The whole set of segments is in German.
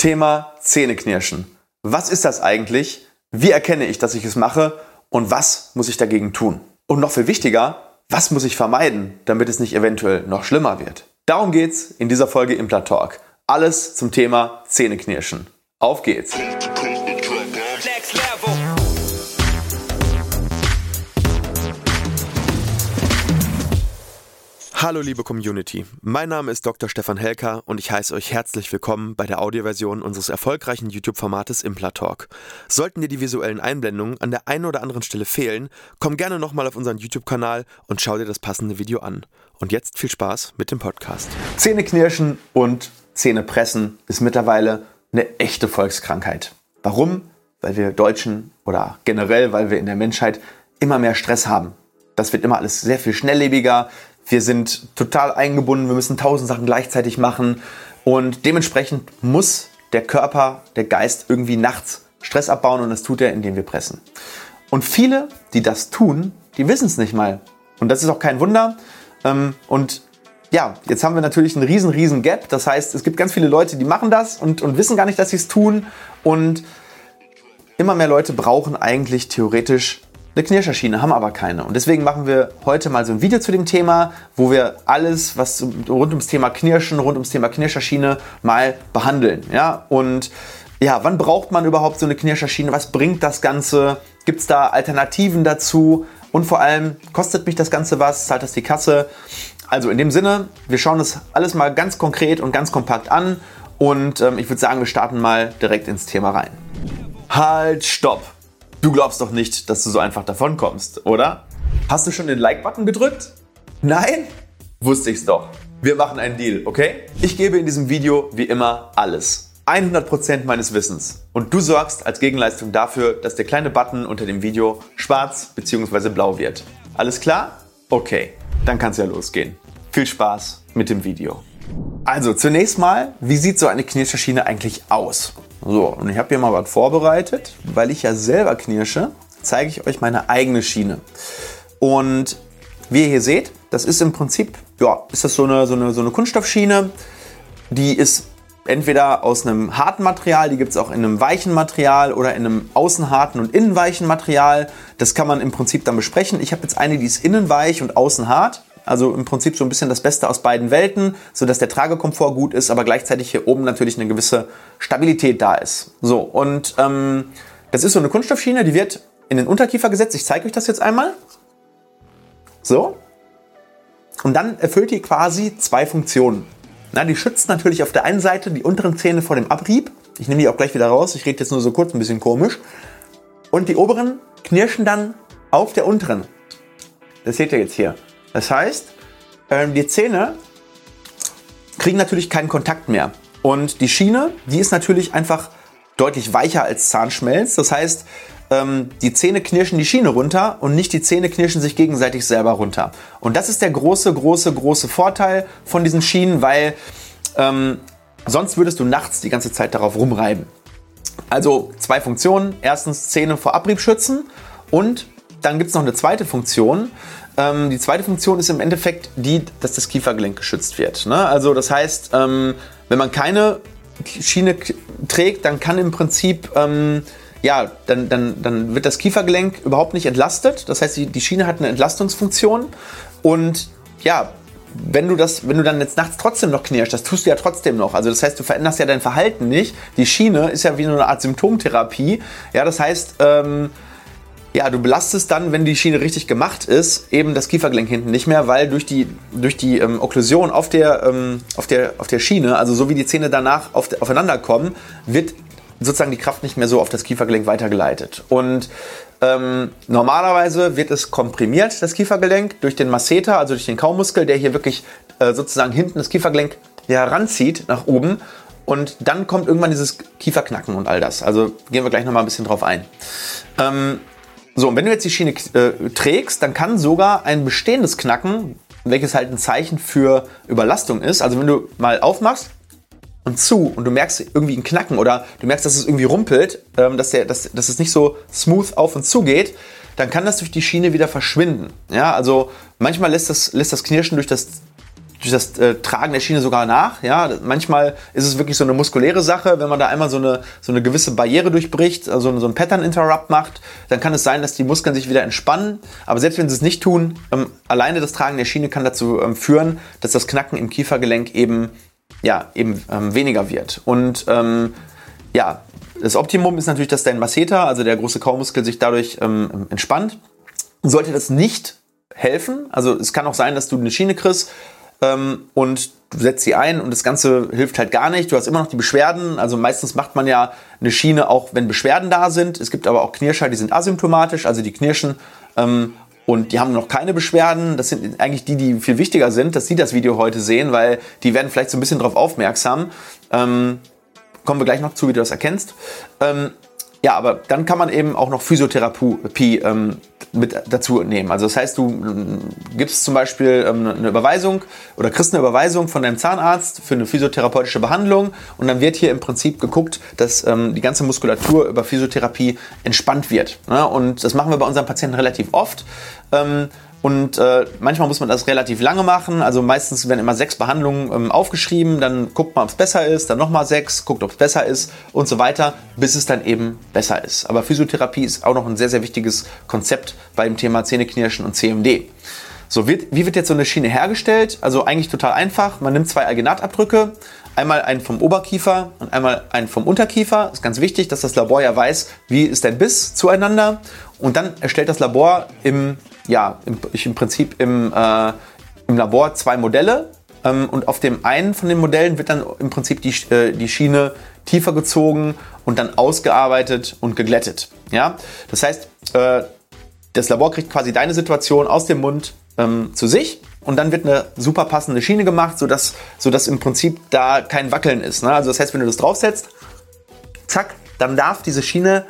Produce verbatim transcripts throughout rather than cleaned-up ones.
Thema Zähneknirschen. Was ist das eigentlich? Wie erkenne ich, dass ich es mache? Und was muss ich dagegen tun? Und noch viel wichtiger, was muss ich vermeiden, damit es nicht eventuell noch schlimmer wird? Darum geht's in dieser Folge Implant Talk. Alles zum Thema Zähneknirschen. Auf geht's! Hallo liebe Community, mein Name ist Doktor Stefan Helker und ich heiße euch herzlich willkommen bei der Audioversion unseres erfolgreichen YouTube-Formates Implant Talk. Sollten dir die visuellen Einblendungen an der einen oder anderen Stelle fehlen, komm gerne nochmal auf unseren YouTube-Kanal und schau dir das passende Video an. Und jetzt viel Spaß mit dem Podcast. Zähneknirschen und Zähnepressen ist mittlerweile eine echte Volkskrankheit. Warum? Weil wir Deutschen oder generell, weil wir in der Menschheit immer mehr Stress haben. Das wird immer alles sehr viel schnelllebiger. Wir sind total eingebunden, wir müssen tausend Sachen gleichzeitig machen und dementsprechend muss der Körper, der Geist irgendwie nachts Stress abbauen und das tut er, indem wir pressen. Und viele, die das tun, die wissen es nicht mal. Und das ist auch kein Wunder. Und ja, jetzt haben wir natürlich einen riesen, riesen Gap. Das heißt, es gibt ganz viele Leute, die machen das und, und wissen gar nicht, dass sie es tun. Und immer mehr Leute brauchen eigentlich theoretisch eine Knirscherschiene, haben aber keine. Und deswegen machen wir heute mal so ein Video zu dem Thema, wo wir alles, was rund ums Thema Knirschen, rund ums Thema Knirscherschiene mal behandeln. Ja? Und ja, wann braucht man überhaupt so eine Knirscherschiene? Was bringt das Ganze? Gibt es da Alternativen dazu? Und vor allem, kostet mich das Ganze was? Zahlt das die Kasse? Also in dem Sinne, wir schauen das alles mal ganz konkret und ganz kompakt an. Und ähm, ich würde sagen, wir starten mal direkt ins Thema rein. Halt, stopp! Du glaubst doch nicht, dass du so einfach davon kommst, oder? Hast du schon den Like-Button gedrückt? Nein? Wusste ich's doch. Wir machen einen Deal, okay? Ich gebe in diesem Video wie immer alles. hundert Prozent meines Wissens. Und du sorgst als Gegenleistung dafür, dass der kleine Button unter dem Video schwarz bzw. blau wird. Alles klar? Okay, dann kann's ja losgehen. Viel Spaß mit dem Video. Also zunächst mal, wie sieht so eine Knirscherschiene eigentlich aus? So, und ich habe hier mal was vorbereitet, weil ich ja selber knirsche, zeige ich euch meine eigene Schiene. Und wie ihr hier seht, das ist im Prinzip, ja, ist das so eine, so eine, so eine Kunststoffschiene, die ist entweder aus einem harten Material, die gibt es auch in einem weichen Material oder in einem außenharten und innenweichen Material. Das kann man im Prinzip dann besprechen. Ich habe jetzt eine, die ist innen weich und außen hart. Also im Prinzip so ein bisschen das Beste aus beiden Welten, sodass der Tragekomfort gut ist, aber gleichzeitig hier oben natürlich eine gewisse Stabilität da ist. So, und ähm, das ist so eine Kunststoffschiene, die wird in den Unterkiefer gesetzt. Ich zeige euch das jetzt einmal. So. Und dann erfüllt die quasi zwei Funktionen. Na, die schützt natürlich auf der einen Seite die unteren Zähne vor dem Abrieb. Ich nehme die auch gleich wieder raus. Ich rede jetzt nur so kurz, ein bisschen komisch. Und die oberen knirschen dann auf der unteren. Das seht ihr jetzt hier. Das heißt, die Zähne kriegen natürlich keinen Kontakt mehr. Und die Schiene, die ist natürlich einfach deutlich weicher als Zahnschmelz. Das heißt, die Zähne knirschen die Schiene runter und nicht die Zähne knirschen sich gegenseitig selber runter. Und das ist der große, große, große Vorteil von diesen Schienen, weil ähm, sonst würdest du nachts die ganze Zeit darauf rumreiben. Also zwei Funktionen. Erstens Zähne vor Abrieb schützen und dann gibt es noch eine zweite Funktion. Ähm, die zweite Funktion ist im Endeffekt die, dass das Kiefergelenk geschützt wird. Ne? Also das heißt, ähm, wenn man keine Schiene k- trägt, dann kann im Prinzip, ähm, ja, dann, dann, dann wird das Kiefergelenk überhaupt nicht entlastet. Das heißt, die, die Schiene hat eine Entlastungsfunktion und ja, wenn du das, wenn du dann jetzt nachts trotzdem noch knirschst, das tust du ja trotzdem noch. Also das heißt, du veränderst ja dein Verhalten nicht. Die Schiene ist ja wie eine Art Symptomtherapie. Ja, das heißt, ähm, ja, du belastest dann, wenn die Schiene richtig gemacht ist, eben das Kiefergelenk hinten nicht mehr, weil durch die, durch die ähm, Okklusion auf der, ähm, auf, der, auf der Schiene, also so wie die Zähne danach auf, aufeinander kommen, wird sozusagen die Kraft nicht mehr so auf das Kiefergelenk weitergeleitet. Und ähm, normalerweise wird es komprimiert, das Kiefergelenk, durch den Masseter, also durch den Kaumuskel, der hier wirklich äh, sozusagen hinten das Kiefergelenk heranzieht nach oben. Und dann kommt irgendwann dieses Kieferknacken und all das. Also gehen wir gleich nochmal ein bisschen drauf ein. Ähm, So, und wenn du jetzt die Schiene äh, trägst, dann kann sogar ein bestehendes Knacken, welches halt ein Zeichen für Überlastung ist, also wenn du mal aufmachst und zu und du merkst irgendwie ein Knacken oder du merkst, dass es irgendwie rumpelt, ähm, dass, der, dass, dass es nicht so smooth auf und zu geht, dann kann das durch die Schiene wieder verschwinden. Ja, also manchmal lässt das, lässt das Knirschen durch das durch das äh, Tragen der Schiene sogar nach. Ja? Manchmal ist es wirklich so eine muskuläre Sache, wenn man da einmal so eine, so eine gewisse Barriere durchbricht, also so ein Pattern-Interrupt macht, dann kann es sein, dass die Muskeln sich wieder entspannen. Aber selbst wenn sie es nicht tun, ähm, alleine das Tragen der Schiene kann dazu ähm, führen, dass das Knacken im Kiefergelenk eben, ja, eben ähm, weniger wird. Und ähm, ja, das Optimum ist natürlich, dass dein Masseter, also der große Kaumuskel, sich dadurch ähm, entspannt. Sollte das nicht helfen, also es kann auch sein, dass du eine Schiene kriegst ähm, und du setzt sie ein und das Ganze hilft halt gar nicht. Du hast immer noch die Beschwerden. Also meistens macht man ja eine Schiene auch, wenn Beschwerden da sind. Es gibt aber auch Knirscher, die sind asymptomatisch, also die knirschen ähm, und die haben noch keine Beschwerden. Das sind eigentlich die, die viel wichtiger sind, dass sie das Video heute sehen, weil die werden vielleicht so ein bisschen darauf aufmerksam. Ähm, kommen wir gleich noch zu, wie du das erkennst. Ähm, Ja, aber dann kann man eben auch noch Physiotherapie ähm, mit dazu nehmen. Also das heißt, du ähm, gibst zum Beispiel ähm, eine Überweisung oder kriegst eine Überweisung von deinem Zahnarzt für eine physiotherapeutische Behandlung und dann wird hier im Prinzip geguckt, dass ähm, die ganze Muskulatur über Physiotherapie entspannt wird. Ne? Und das machen wir bei unseren Patienten relativ oft. Ähm, Und äh, manchmal muss man das relativ lange machen. Also meistens werden immer sechs Behandlungen ähm, aufgeschrieben. Dann guckt man, ob es besser ist. Dann nochmal sechs, guckt, ob es besser ist und so weiter, bis es dann eben besser ist. Aber Physiotherapie ist auch noch ein sehr, sehr wichtiges Konzept beim Thema Zähneknirschen und C M D. So, wird, wie wird jetzt so eine Schiene hergestellt? Also eigentlich total einfach. Man nimmt zwei Alginatabdrücke. Einmal einen vom Oberkiefer und einmal einen vom Unterkiefer. Das ist ganz wichtig, dass das Labor ja weiß, wie ist dein Biss zueinander. Und dann erstellt das Labor im, ja, im, im Prinzip im, äh, im Labor zwei Modelle. Ähm, und auf dem einen von den Modellen wird dann im Prinzip die, äh, die Schiene tiefer gezogen und dann ausgearbeitet und geglättet. Ja? Das heißt, äh, das Labor kriegt quasi deine Situation aus dem Mund ähm, zu sich. Und dann wird eine super passende Schiene gemacht, sodass, sodass im Prinzip da kein Wackeln ist. Ne? Also das heißt, wenn du das draufsetzt, zack, dann darf diese Schiene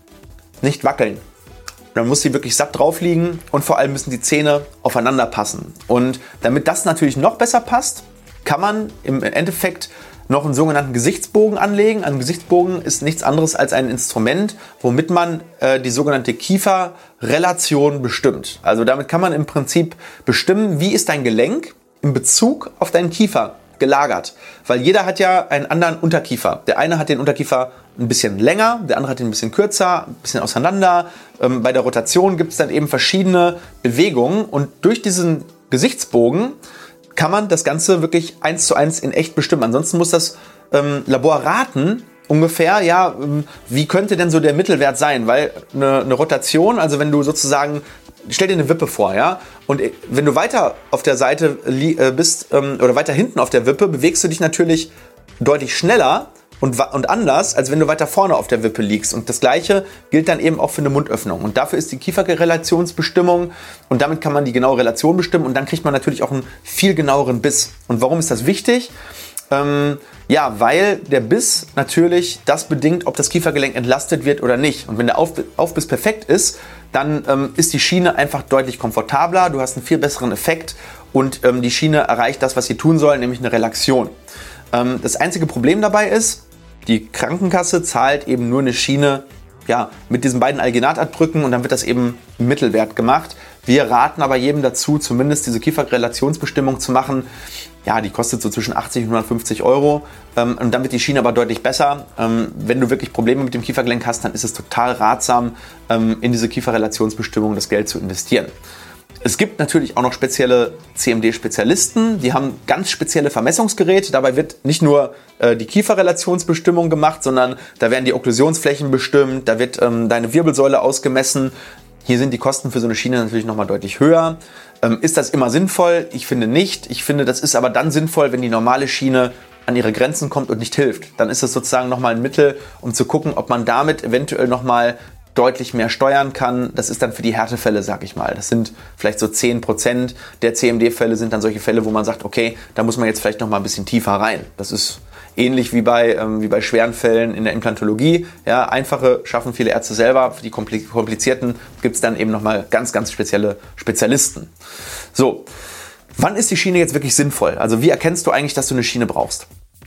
nicht wackeln. Dann muss sie wirklich satt drauf liegen und vor allem müssen die Zähne aufeinander passen. Und damit das natürlich noch besser passt, kann man im Endeffekt noch einen sogenannten Gesichtsbogen anlegen. Ein Gesichtsbogen ist nichts anderes als ein Instrument, womit man äh, die sogenannte Kieferrelation bestimmt. Also damit kann man im Prinzip bestimmen, wie ist dein Gelenk in Bezug auf deinen Kiefer gelagert. Weil jeder hat ja einen anderen Unterkiefer. Der eine hat den Unterkiefer ein bisschen länger, der andere hat den ein bisschen kürzer, ein bisschen auseinander. Ähm, bei der Rotation gibt es dann eben verschiedene Bewegungen und durch diesen Gesichtsbogen kann man das Ganze wirklich eins zu eins in echt bestimmen. Ansonsten muss das ähm, Labor raten, ungefähr, ja, ähm, wie könnte denn so der Mittelwert sein? Weil eine, eine Rotation, also wenn du sozusagen, stell dir eine Wippe vor, ja, und wenn du weiter auf der Seite äh, bist ähm, oder weiter hinten auf der Wippe, bewegst du dich natürlich deutlich schneller und, und anders, als wenn du weiter vorne auf der Wippe liegst. Und das Gleiche gilt dann eben auch für eine Mundöffnung. Und dafür ist die Kieferrelationsbestimmung und damit kann man die genaue Relation bestimmen und dann kriegt man natürlich auch einen viel genaueren Biss. Und warum ist das wichtig? Ähm, ja, weil der Biss natürlich das bedingt, ob das Kiefergelenk entlastet wird oder nicht. Und wenn der Auf Aufbiss perfekt ist, dann ähm, ist die Schiene einfach deutlich komfortabler, du hast einen viel besseren Effekt und ähm, die Schiene erreicht das, was sie tun soll, nämlich eine Relaxion. Ähm, das einzige Problem dabei ist, die Krankenkasse zahlt eben nur eine Schiene, ja, mit diesen beiden Alginatabdrücken und dann wird das eben im Mittelwert gemacht. Wir raten aber jedem dazu, zumindest diese Kieferrelationsbestimmung zu machen. Ja, die kostet so zwischen achtzig und hundertfünfzig Euro ähm, und dann wird die Schiene aber deutlich besser. Ähm, wenn du wirklich Probleme mit dem Kiefergelenk hast, dann ist es total ratsam, ähm, in diese Kieferrelationsbestimmung das Geld zu investieren. Es gibt natürlich auch noch spezielle C M D-Spezialisten, die haben ganz spezielle Vermessungsgeräte. Dabei wird nicht nur äh, die Kieferrelationsbestimmung gemacht, sondern da werden die Okklusionsflächen bestimmt, da wird ähm, deine Wirbelsäule ausgemessen. Hier sind die Kosten für so eine Schiene natürlich nochmal deutlich höher. Ähm, ist das immer sinnvoll? Ich finde nicht. Ich finde, das ist aber dann sinnvoll, wenn die normale Schiene an ihre Grenzen kommt und nicht hilft. Dann ist es sozusagen nochmal ein Mittel, um zu gucken, ob man damit eventuell nochmal deutlich mehr steuern kann. Das ist dann für die Härtefälle, sag ich mal. Das sind vielleicht so zehn Prozent der C M D-Fälle sind dann solche Fälle, wo man sagt, okay, da muss man jetzt vielleicht noch mal ein bisschen tiefer rein. Das ist ähnlich wie bei, ähm, wie bei schweren Fällen in der Implantologie. Ja, einfache schaffen viele Ärzte selber. Für die komplizierten gibt es dann eben noch mal ganz, ganz spezielle Spezialisten. So, wann ist die Schiene jetzt wirklich sinnvoll? Also wie erkennst du eigentlich, dass du eine Schiene brauchst?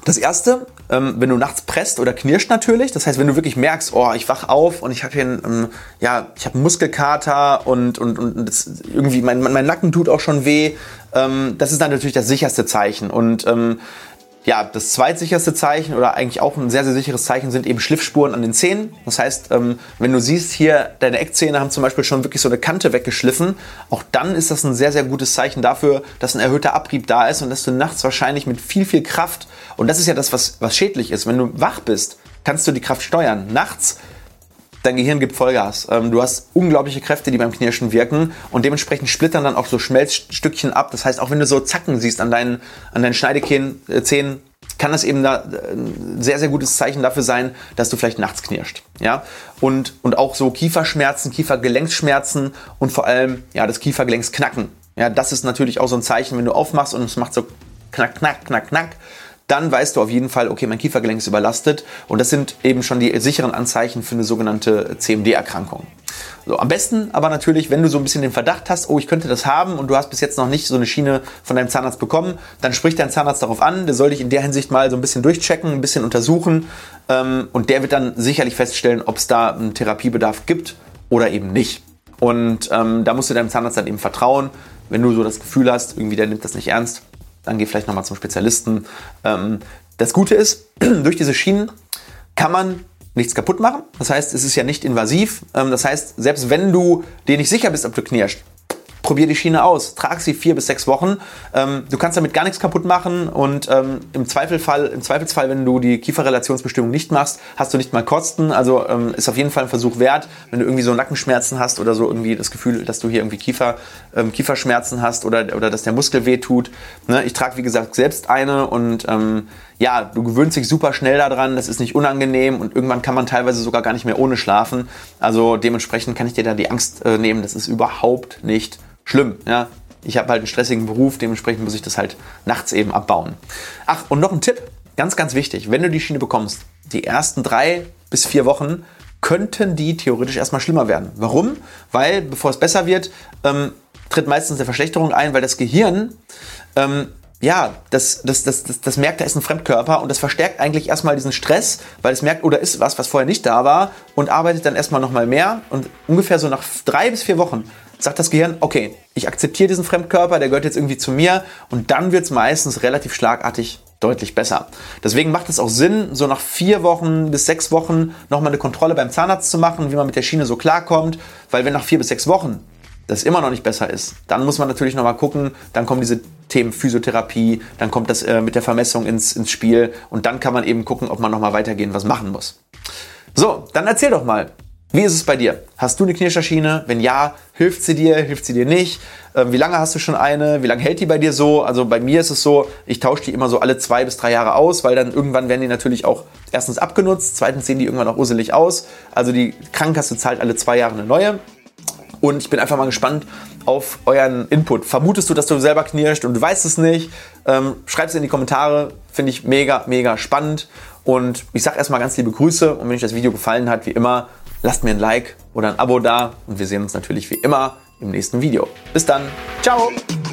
Das erste, ähm, wenn du nachts presst oder knirscht natürlich, das heißt, wenn du wirklich merkst, oh, ich wach auf und ich habe hier einen, ähm, ja, ich habe einen Muskelkater und, und, und das irgendwie, mein, mein Nacken tut auch schon weh, ähm, das ist dann natürlich das sicherste Zeichen. Und ähm, ja, das zweitsicherste Zeichen oder eigentlich auch ein sehr, sehr sicheres Zeichen sind eben Schliffspuren an den Zähnen. Das heißt, ähm, wenn du siehst, hier deine Eckzähne haben zum Beispiel schon wirklich so eine Kante weggeschliffen, auch dann ist das ein sehr, sehr gutes Zeichen dafür, dass ein erhöhter Abrieb da ist und dass du nachts wahrscheinlich mit viel, viel Kraft, und das ist ja das, was, was schädlich ist, wenn du wach bist, kannst du die Kraft steuern. Nachts, dein Gehirn gibt Vollgas. Ähm, du hast unglaubliche Kräfte, die beim Knirschen wirken und dementsprechend splittern dann auch so Schmelzstückchen ab. Das heißt, auch wenn du so Zacken siehst an deinen, an deinen Schneidezähnen, kann das eben da ein sehr, sehr gutes Zeichen dafür sein, dass du vielleicht nachts knirscht. Ja? Und, und auch so Kieferschmerzen, Kiefergelenksschmerzen und vor allem ja, das Kiefergelenksknacken. Ja, das ist natürlich auch so ein Zeichen, wenn du aufmachst und es macht so knack, knack, knack, knack. Dann weißt du auf jeden Fall, okay, mein Kiefergelenk ist überlastet und das sind eben schon die sicheren Anzeichen für eine sogenannte C M D-Erkrankung. So, am besten aber natürlich, wenn du so ein bisschen den Verdacht hast, oh, ich könnte das haben und du hast bis jetzt noch nicht so eine Schiene von deinem Zahnarzt bekommen, dann spricht dein Zahnarzt darauf an, der soll dich in der Hinsicht mal so ein bisschen durchchecken, ein bisschen untersuchen ähm, und der wird dann sicherlich feststellen, ob es da einen Therapiebedarf gibt oder eben nicht. Und ähm, da musst du deinem Zahnarzt dann eben vertrauen, wenn du so das Gefühl hast, irgendwie der nimmt das nicht ernst, dann geh vielleicht nochmal zum Spezialisten. Ähm, das Gute ist, durch diese Schienen kann man nichts kaputt machen. Das heißt, es ist ja nicht invasiv. Ähm, das heißt, selbst wenn du dir nicht sicher bist, ob du knirschst, probier die Schiene aus. Trag sie vier bis sechs Wochen. Ähm, du kannst damit gar nichts kaputt machen und ähm, im Zweifelfall, im Zweifelsfall, wenn du die Kieferrelationsbestimmung nicht machst, hast du nicht mal Kosten. Also ähm, ist auf jeden Fall ein Versuch wert, wenn du irgendwie so Nackenschmerzen hast oder so irgendwie das Gefühl, dass du hier irgendwie Kiefer, ähm, Kieferschmerzen hast oder, oder dass der Muskel wehtut. Ne? Ich trage, wie gesagt, selbst eine und ähm, ja, du gewöhnst dich super schnell daran, das ist nicht unangenehm und irgendwann kann man teilweise sogar gar nicht mehr ohne schlafen. Also dementsprechend kann ich dir da die Angst äh, nehmen, das ist überhaupt nicht schlimm. Ja? Ich habe halt einen stressigen Beruf, dementsprechend muss ich das halt nachts eben abbauen. Ach, und noch ein Tipp, ganz, ganz wichtig, wenn du die Schiene bekommst, die ersten drei bis vier Wochen könnten die theoretisch erstmal schlimmer werden. Warum? Weil, bevor es besser wird, ähm, tritt meistens eine Verschlechterung ein, weil das Gehirn ähm, ja, das, das, das, das, das merkt, da ist ein Fremdkörper und das verstärkt eigentlich erstmal diesen Stress, weil es merkt, oder ist was, was vorher nicht da war und arbeitet dann erstmal nochmal mehr und ungefähr so nach drei bis vier Wochen sagt das Gehirn, okay, ich akzeptiere diesen Fremdkörper, der gehört jetzt irgendwie zu mir und dann wird es meistens relativ schlagartig deutlich besser. Deswegen macht es auch Sinn, so nach vier Wochen bis sechs Wochen nochmal eine Kontrolle beim Zahnarzt zu machen, wie man mit der Schiene so klarkommt, weil wenn nach vier bis sechs Wochen das immer noch nicht besser ist, dann muss man natürlich nochmal gucken, dann kommen diese Themen Physiotherapie, dann kommt das äh, mit der Vermessung ins, ins Spiel und dann kann man eben gucken, ob man nochmal weitergehen, was machen muss. So, dann erzähl doch mal, wie ist es bei dir? Hast du eine Knirscherschiene? Wenn ja, hilft sie dir, hilft sie dir nicht? Ähm, wie lange hast du schon eine? Wie lange hält die bei dir so? Also bei mir ist es so, ich tausche die immer so alle zwei bis drei Jahre aus, weil dann irgendwann werden die natürlich auch erstens abgenutzt, zweitens sehen die irgendwann auch usselig aus. Also die Krankenkasse zahlt alle zwei Jahre eine neue. Und ich bin einfach mal gespannt auf euren Input. Vermutest du, dass du selber knirscht und du weißt es nicht? Ähm, Schreib es in die Kommentare. Finde ich mega, mega spannend. Und ich sage erstmal ganz liebe Grüße. Und wenn euch das Video gefallen hat, wie immer, lasst mir ein Like oder ein Abo da. Und wir sehen uns natürlich wie immer im nächsten Video. Bis dann. Ciao.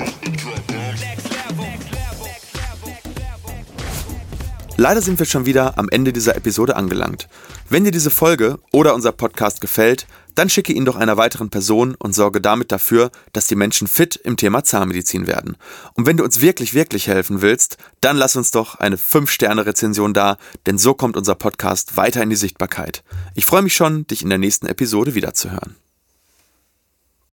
Leider sind wir schon wieder am Ende dieser Episode angelangt. Wenn dir diese Folge oder unser Podcast gefällt, dann schicke ihn doch einer weiteren Person und sorge damit dafür, dass die Menschen fit im Thema Zahnmedizin werden. Und wenn du uns wirklich, wirklich helfen willst, dann lass uns doch eine fünf Sterne Rezension da, denn so kommt unser Podcast weiter in die Sichtbarkeit. Ich freue mich schon, dich in der nächsten Episode wiederzuhören.